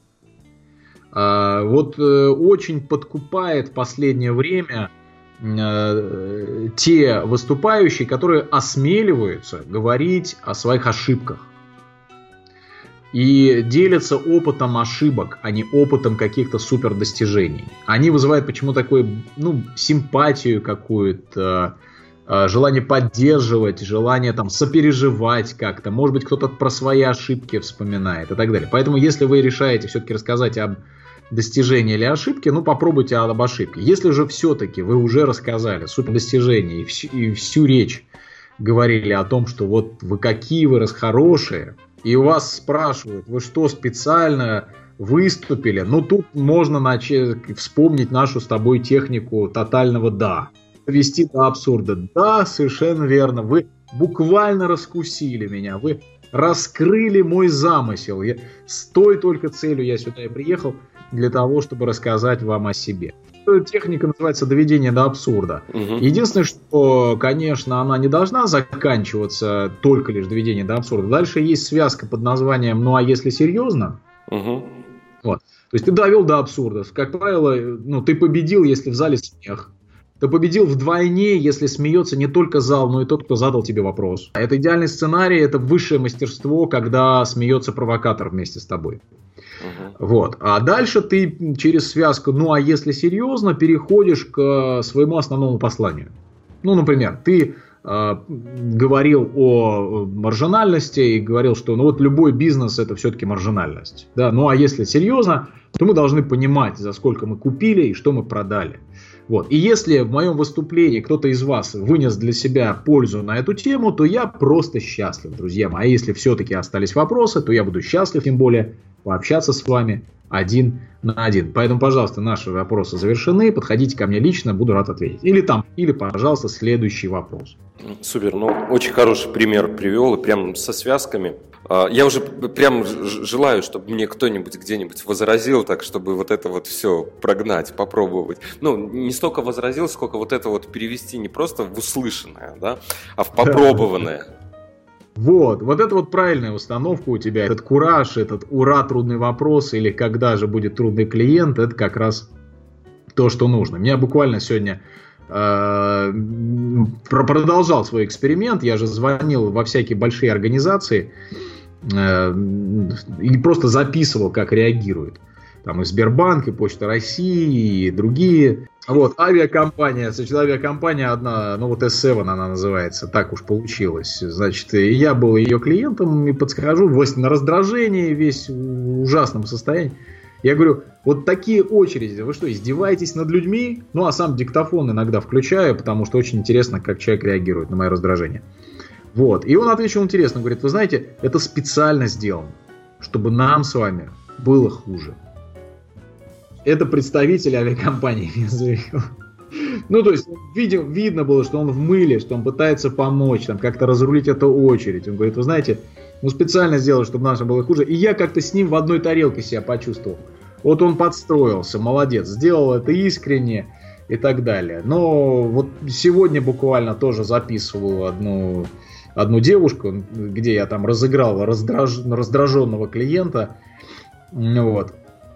Вот очень подкупает в последнее время те выступающие, которые осмеливаются говорить о своих ошибках. И делятся опытом ошибок, а не опытом каких-то супер достижений. Они вызывают почему такую, ну, симпатию какую-то, желание поддерживать, желание там сопереживать как-то. Может быть, кто-то про свои ошибки вспоминает и так далее. Поэтому, если вы решаете все-таки рассказать об достижении или ошибке, ну, попробуйте об ошибке. Если же все-таки вы уже рассказали супер достижения и всю речь говорили о том, что вот вы какие вы хорошие, и у вас спрашивают, вы что, специально выступили? Ну, тут можно вспомнить нашу с тобой технику тотального «да». Довести до абсурда. Да, совершенно верно. Вы буквально раскусили меня. Вы раскрыли мой замысел. С той только целью я сюда и приехал, для того, чтобы рассказать вам о себе. Техника называется доведение до абсурда. Единственное, что, конечно, она не должна заканчиваться только лишь доведением до абсурда. Дальше есть связка под названием «ну а если серьезно?». Вот. То есть ты довел до абсурда. Как правило, ну, ты победил, если в зале смех. Ты победил вдвойне, если смеется не только зал, но и тот, кто задал тебе вопрос. Это идеальный сценарий, это высшее мастерство, когда смеется провокатор вместе с тобой. Вот. А дальше ты через связку «ну а если серьезно» переходишь к своему основному посланию. Ну, например, ты говорил о маржинальности и говорил, что ну вот любой бизнес это все-таки маржинальность. Да? Ну а если серьезно, то мы должны понимать, за сколько мы купили и что мы продали. Вот. И если в моем выступлении кто-то из вас вынес для себя пользу на эту тему, то я просто счастлив, друзья мои. А если все-таки остались вопросы, то я буду счастлив, тем более, пообщаться с вами один на один. Поэтому, пожалуйста, наши вопросы завершены. Подходите ко мне лично, буду рад ответить. Или, пожалуйста, следующий вопрос. Супер, ну очень хороший пример привел, и прям со связками. Я уже прям желаю, чтобы мне кто-нибудь где-нибудь возразил, так чтобы вот это вот все прогнать, попробовать. Ну, не столько возразил, сколько вот это вот перевести не просто в услышанное, да, а в попробованное. Вот это вот правильная установка у тебя. Этот кураж, этот ура, трудный вопрос, или когда же будет трудный клиент, это как раз то, что нужно. Меня буквально сегодня продолжал свой эксперимент. Я же звонил во всякие большие организации и просто записывал, как реагируют. Там и Сбербанк, и Почта России, и другие. Вот, авиакомпания, значит, авиакомпания одна, ну вот S7 она называется, так уж получилось. Значит, я был ее клиентом, и подскажу, на раздражении, весь в ужасном состоянии. Я говорю, вот такие очереди, вы что, издеваетесь над людьми? Ну, а сам диктофон иногда включаю, потому что очень интересно, как человек реагирует на мое раздражение. Вот. И он ответил интересно, говорит, вы знаете, это специально сделано, чтобы нам с вами было хуже. Это представитель авиакомпании мне заявил. Ну, то есть, видно было, что он в мыле, что он пытается помочь, там, как-то разрулить эту очередь. Он говорит, вы знаете, ну, специально сделал, чтобы нам было хуже. И я как-то с ним в одной тарелке себя почувствовал. Вот он подстроился, молодец, сделал это искренне и так далее. Но вот сегодня буквально тоже записывал одну девушку, где я там разыграл раздраженного клиента. Вот.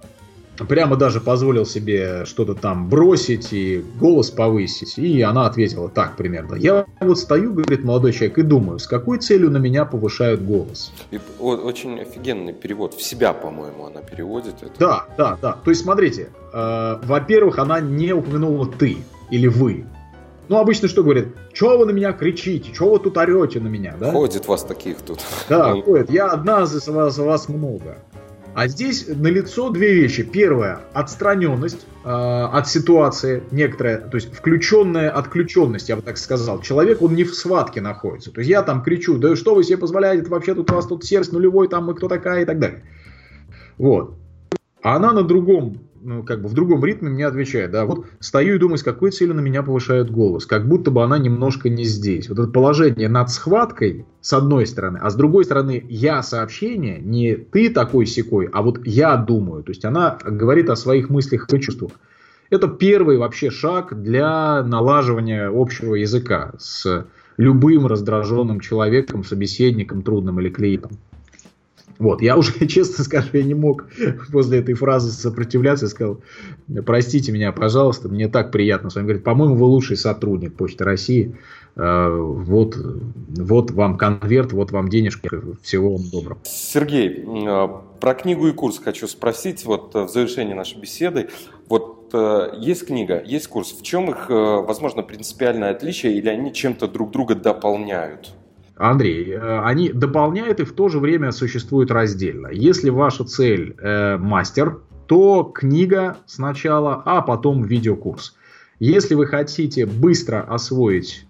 Прямо даже позволил себе что-то там бросить и голос повысить. И она ответила так примерно. Я вот стою, говорит молодой человек, и думаю, с какой целью на меня повышают голос. И очень офигенный перевод. В себя, по-моему, она переводит это. Да. То есть, смотрите. Во-первых, она не упомянула ты или вы. Ну, обычно что говорит? Чего вы на меня кричите? Чего вы тут орете на меня? Да? Ходит вас таких тут. Да, ходит. Я одна, за вас много. А здесь налицо две вещи. Первое, отстраненность от ситуации некоторая, то есть включенная отключенность, я бы так сказал. Человек, он не в схватке находится. То есть я там кричу, да что вы себе позволяете, вообще тут у вас тут сервис нулевой, там мы кто такая и так далее. Вот. А она на другом, ну, как бы в другом ритме мне отвечает, да, вот стою и думаю, с какой целью на меня повышают голос, как будто бы она немножко не здесь. Вот это положение над схваткой, с одной стороны, а с другой стороны, я сообщение, не ты такой-сякой, а вот я думаю, то есть она говорит о своих мыслях и чувствах. Это первый вообще шаг для налаживания общего языка с любым раздраженным человеком, собеседником, трудным или клиентом. Вот, я уже, честно скажу, я не мог после этой фразы сопротивляться. Я сказал, простите меня, пожалуйста, мне так приятно с вами говорить. По-моему, вы лучший сотрудник Почты России. Вот вам конверт, вот вам денежки. Всего вам доброго. Сергей, про книгу и курс хочу спросить. Вот в завершении нашей беседы. Вот есть книга, есть курс. В чем их, возможно, принципиальное отличие или они чем-то друг друга дополняют? Андрей, они дополняют и в то же время существуют раздельно. Если ваша цель мастер, то книга сначала, а потом видеокурс. Если вы хотите быстро освоить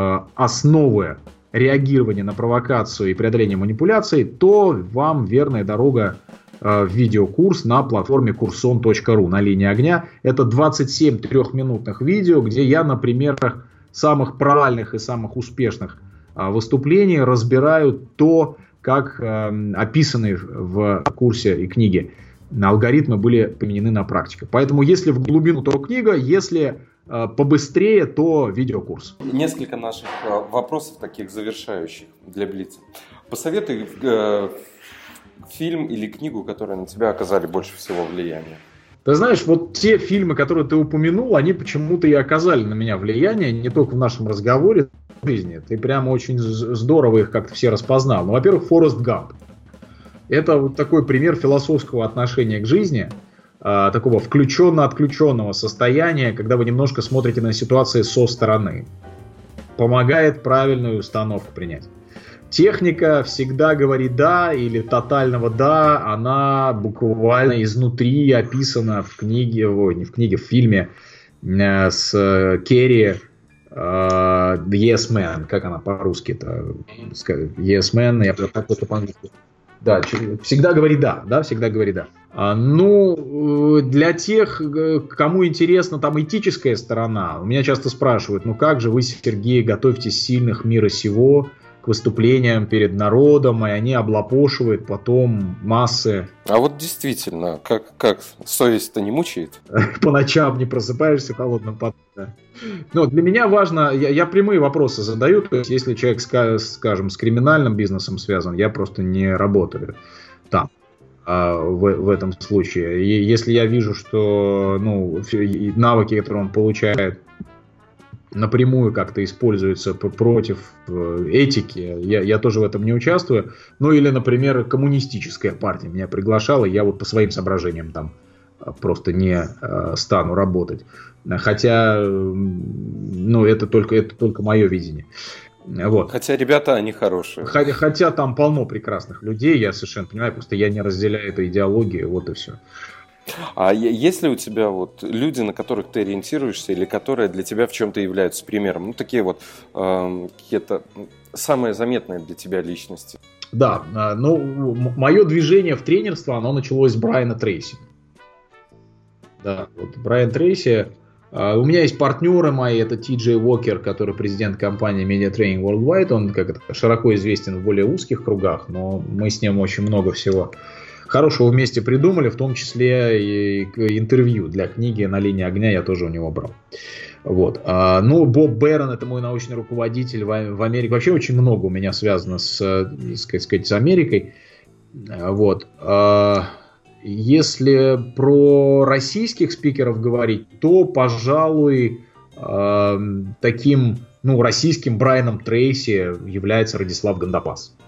основы реагирования на провокацию и преодоления манипуляций, то вам верная дорога в видеокурс на платформе kurson.ru на линии огня. Это 27 трехминутных видео, где я на примерах самых правильных и самых успешных выступлений разбираю то, как описаны в курсе и книге алгоритмы были применены на практике. Поэтому если в глубину, то книга, если побыстрее, то видеокурс. Несколько наших вопросов таких завершающих для Блица. Посоветуй фильм или книгу, которые на тебя оказали больше всего влияния. Ты знаешь, вот те фильмы, которые ты упомянул, они почему-то и оказали на меня влияние, не только в нашем разговоре, в жизни. Ты прямо очень здорово их как-то все распознал. Ну, во-первых, Форест Гамп. Это вот такой пример философского отношения к жизни, такого включенно-отключенного состояния, когда вы немножко смотрите на ситуации со стороны. Помогает правильную установку принять. Техника всегда говорит «да» или тотального «да», она буквально изнутри описана в книге, в фильме с Керри «Yes Man», как она по-русски-то? «Yes Man», я так это по-английски. Да, всегда говори «да», всегда говори «да». Ну, для тех, кому интересна там этическая сторона, у меня часто спрашивают, ну как же вы, Сергей, готовитесь сильных мира сего к выступлениям перед народом, и они облапошивают потом массы. А вот действительно, как совесть-то не мучает? По ночам не просыпаешься в холодном поту. Но для меня важно, я прямые вопросы задаю, то есть если человек, скажем, с криминальным бизнесом связан, я просто не работаю там. В этом случае. И если я вижу, что навыки, которые он получает, напрямую как-то используются против этики, я тоже в этом не участвую. Ну или, например, коммунистическая партия меня приглашала, я вот по своим соображениям там просто не стану работать. Хотя, это только мое видение. Вот. Хотя ребята, они хорошие. Хотя там полно прекрасных людей, я совершенно понимаю, просто я не разделяю эту идеологию, вот и все. А есть ли у тебя вот люди, на которых ты ориентируешься или которые для тебя в чем-то являются примером? Ну, такие вот какие-то самые заметные для тебя личности. Да, ну, мое движение в тренерство, оно началось с Брайана Трейси. Да, вот Брайан Трейси. У меня есть партнеры мои, это Ти Джей Уокер, который президент компании Media Training Worldwide, он как широко известен в более узких кругах, но мы с ним очень много всего хорошего вместе придумали, в том числе и интервью для книги «На линии огня» я тоже у него брал. Вот. Ну, Боб Бэрон, это мой научный руководитель в Америке. Вообще очень много у меня связано с Америкой. Вот. Если про российских спикеров говорить, то, пожалуй, таким, ну, российским Брайаном Трейси является Радислав Гандапас.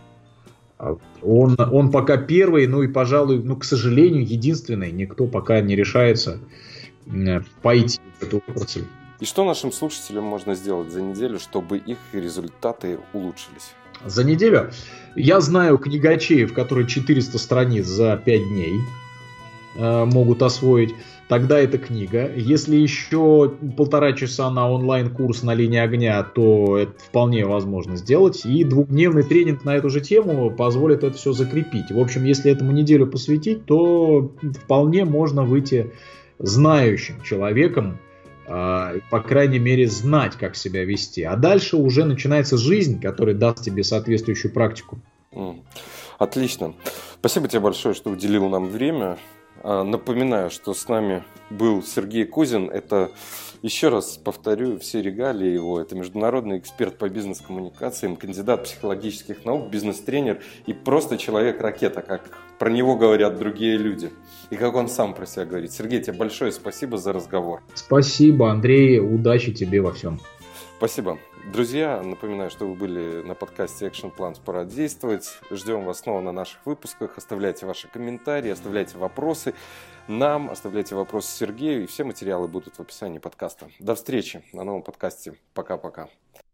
Он пока первый, ну и, пожалуй, ну, к сожалению, единственный. Никто пока не решается пойти в эту отрасль. И что нашим слушателям можно сделать за неделю, чтобы их результаты улучшились? За неделю? Я знаю книгачеев, которые 400 страниц за 5 дней могут освоить. Тогда это книга. Если еще 1,5 часа на онлайн-курс «На линии огня», то это вполне возможно сделать. И 2-дневный тренинг на эту же тему позволит это все закрепить. В общем, если этому неделю посвятить, то вполне можно выйти знающим человеком, по крайней мере, знать, как себя вести. А дальше уже начинается жизнь, которая даст тебе соответствующую практику. Отлично. Спасибо тебе большое, что уделил нам время. Напоминаю, что с нами был Сергей Кузин. Это, еще раз повторю, все регалии его. Это международный эксперт по бизнес-коммуникациям, кандидат психологических наук, бизнес-тренер и просто человек-ракета, как про него говорят другие люди. И как он сам про себя говорит. Сергей, тебе большое спасибо за разговор. Спасибо, Андрей. Удачи тебе во всем. Спасибо. Друзья, напоминаю, что вы были на подкасте Action Plans «Пора действовать». Ждем вас снова на наших выпусках. Оставляйте ваши комментарии, оставляйте вопросы нам, оставляйте вопросы Сергею. И все материалы будут в описании подкаста. До встречи на новом подкасте. Пока-пока.